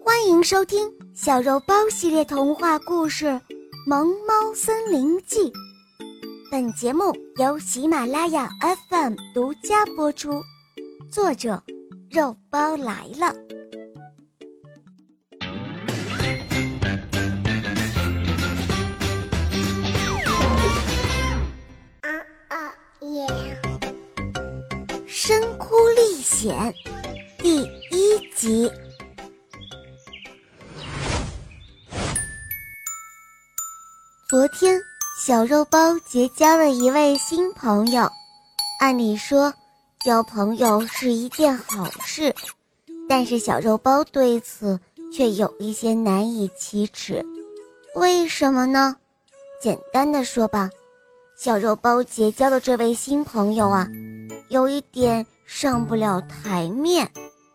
欢迎收听小肉包系列童话故事《萌猫森林记》。本节目由喜马拉雅 FM 独家播出，作者肉包来了。深窟历险第1集。昨天小肉包结交了一位新朋友，按理说交朋友是一件好事，但是小肉包对此却有一些难以启齿。为什么呢？简单的说吧，小肉包结交的这位新朋友啊，有一点上不了台面。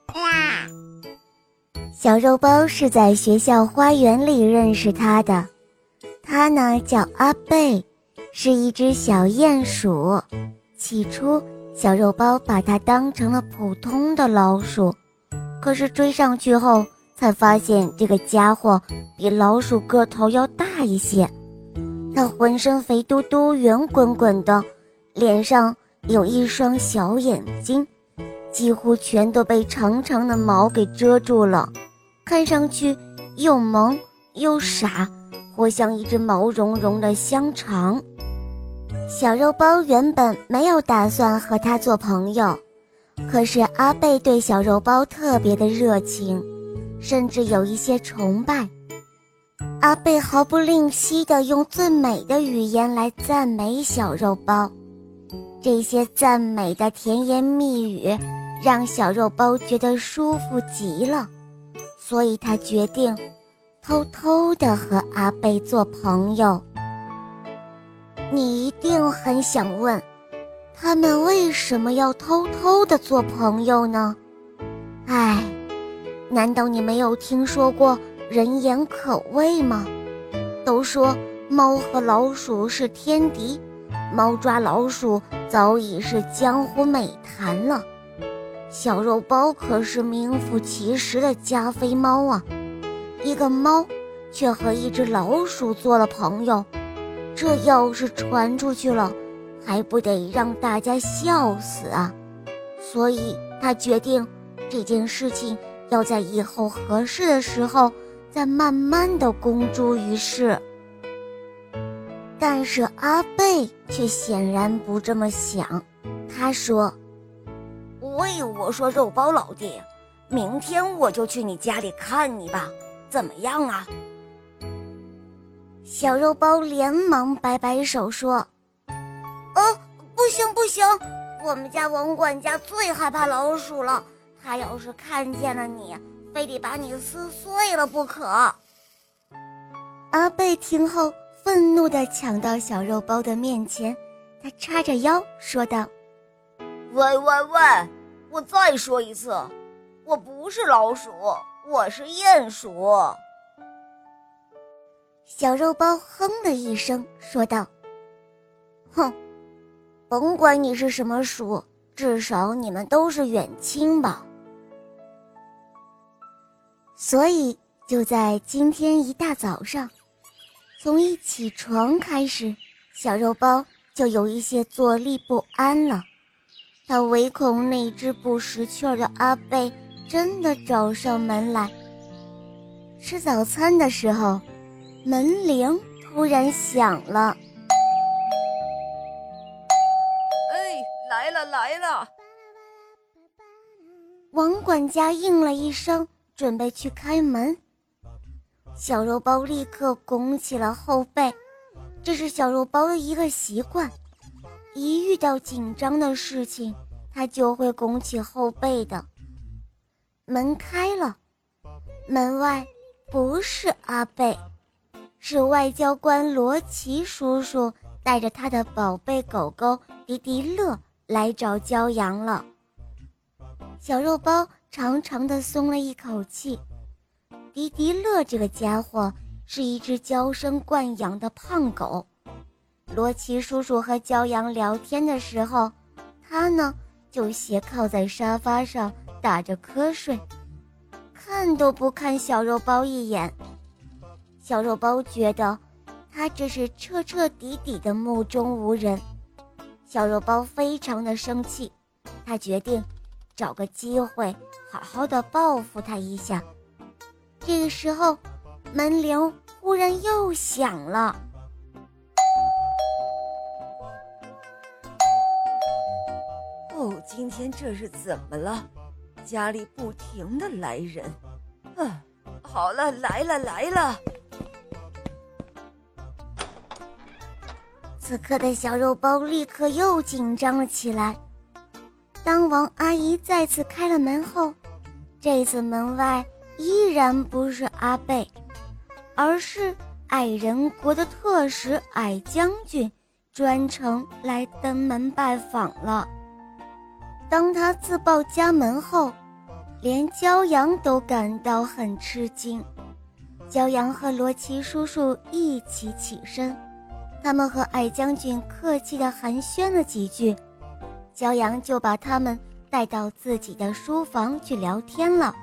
小肉包是在学校花园里认识他的，他呢叫阿贝，是一只小鼹鼠。起初小肉包把它当成了普通的老鼠，可是追上去后才发现这个家伙比老鼠个头要大一些。它浑身肥嘟嘟圆滚滚的，脸上有一双小眼睛，几乎全都被长长的毛给遮住了，看上去又萌又傻，活像一只毛茸茸的香肠。小肉包原本没有打算和他做朋友，可是阿贝对小肉包特别的热情，甚至有一些崇拜。阿贝毫不吝惜地用最美的语言来赞美小肉包，这些赞美的甜言蜜语让小肉包觉得舒服极了，所以他决定偷偷地和阿贝做朋友。你一定很想问，他们为什么要偷偷地做朋友呢？难道你没有听说过人言可畏吗？都说猫和老鼠是天敌，猫抓老鼠早已是江湖美谈了。小肉包可是名副其实的加菲猫啊，一个猫却和一只老鼠做了朋友，这要是传出去了，还不得让大家笑死啊！所以他决定这件事情要在以后合适的时候再慢慢地公诸于世。但是阿贝却显然不这么想，他说：我说肉包老弟，明天我就去你家里看你吧，怎么样啊？小肉包连忙摆摆手说：不行不行，我们家王管家最害怕老鼠了，他要是看见了你，非得把你撕碎了不可。阿贝听后愤怒地抢到小肉包的面前，他叉着腰说道： 喂，我再说一次，我不是老鼠，我是鼹鼠。 小肉包哼了一声说道：哼，甭管你是什么鼠，至少你们都是远亲吧。所以就在今天一大早上，从一起床开始，小肉包就有一些坐立不安了。他唯恐那只不识趣的阿贝真的找上门来。吃早餐的时候，门铃突然响了。 来了。 王管家应了一声，准备去开门。小肉包立刻拱起了后背，这是小肉包的一个习惯，一遇到紧张的事情，他就会拱起后背的。门开了，门外不是阿贝，是外交官罗奇叔叔带着他的宝贝狗狗迪迪乐来找骄阳了。小肉包长长地松了一口气，迪迪乐这个家伙是一只娇生惯养的胖狗。罗奇叔叔和骄阳聊天的时候，他呢就斜靠在沙发上打着瞌睡，看看都不看小肉包一眼。小肉包觉得他这是彻彻底底的目中无人。小肉包非常的生气，他决定找个机会好好的报复他一下。这个时候，门铃忽然又响了。 哦，今天这是怎么了？家里不停的来人。好了，来了。 此刻的小肉包立刻又紧张了起来。当王阿姨再次开了门后，这次门外依然不是阿贝，而是矮人国的特使矮将军专程来登门拜访了。当他自报家门后，连骄阳都感到很吃惊。骄阳和罗奇叔叔一起起身，他们和矮将军客气地寒暄了几句，骄阳就把他们带到自己的书房去聊天了。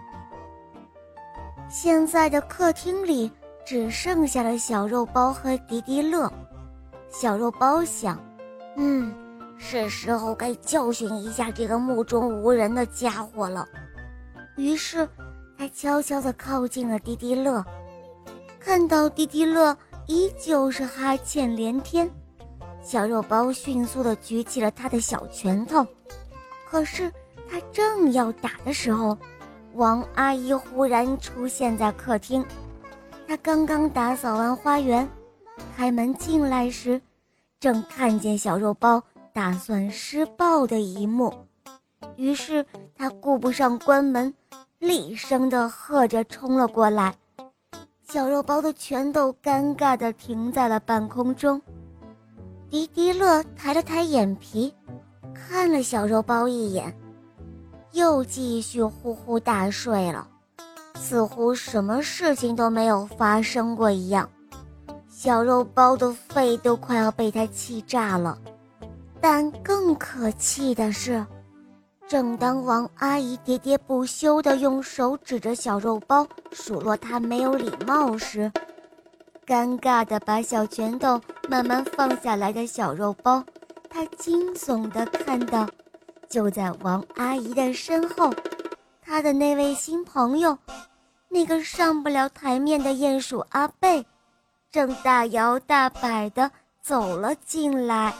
现在的客厅里只剩下了小肉包和迪迪乐。小肉包想，是时候该教训一下这个目中无人的家伙了。于是他悄悄地靠近了迪迪乐，看到迪迪乐依旧是哈欠连天，小肉包迅速地举起了他的小拳头。可是他正要打的时候，王阿姨忽然出现在客厅。她刚刚打扫完花园，开门进来时，正看见小肉包打算施暴的一幕。于是她顾不上关门，厉声地喝着冲了过来。小肉包的拳头尴尬地停在了半空中。迪迪乐抬了抬眼皮，看了小肉包一眼，又继续呼呼大睡了，似乎什么事情都没有发生过一样。小肉包的肺都快要被他气炸了。但更可气的是，正当王阿姨喋喋不休地用手指着小肉包数落他没有礼貌时，尴尬地把小拳头慢慢放下来的小肉包，他惊悚地看到，就在王阿姨的身后，他的那位新朋友，那个上不了台面的鼹鼠阿贝，正大摇大摆地走了进来。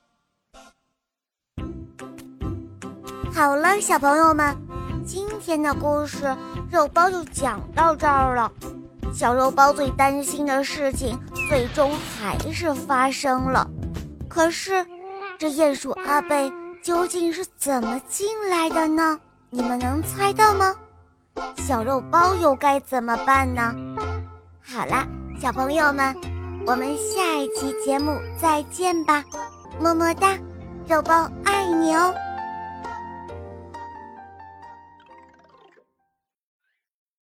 好了，小朋友们，今天的故事肉包就讲到这儿了。小肉包最担心的事情最终还是发生了。可是这鼹鼠阿贝究竟是怎么进来的呢？你们能猜到吗？小肉包又该怎么办呢？好啦，小朋友们，我们下一期节目再见吧，么么哒，肉包爱你哦。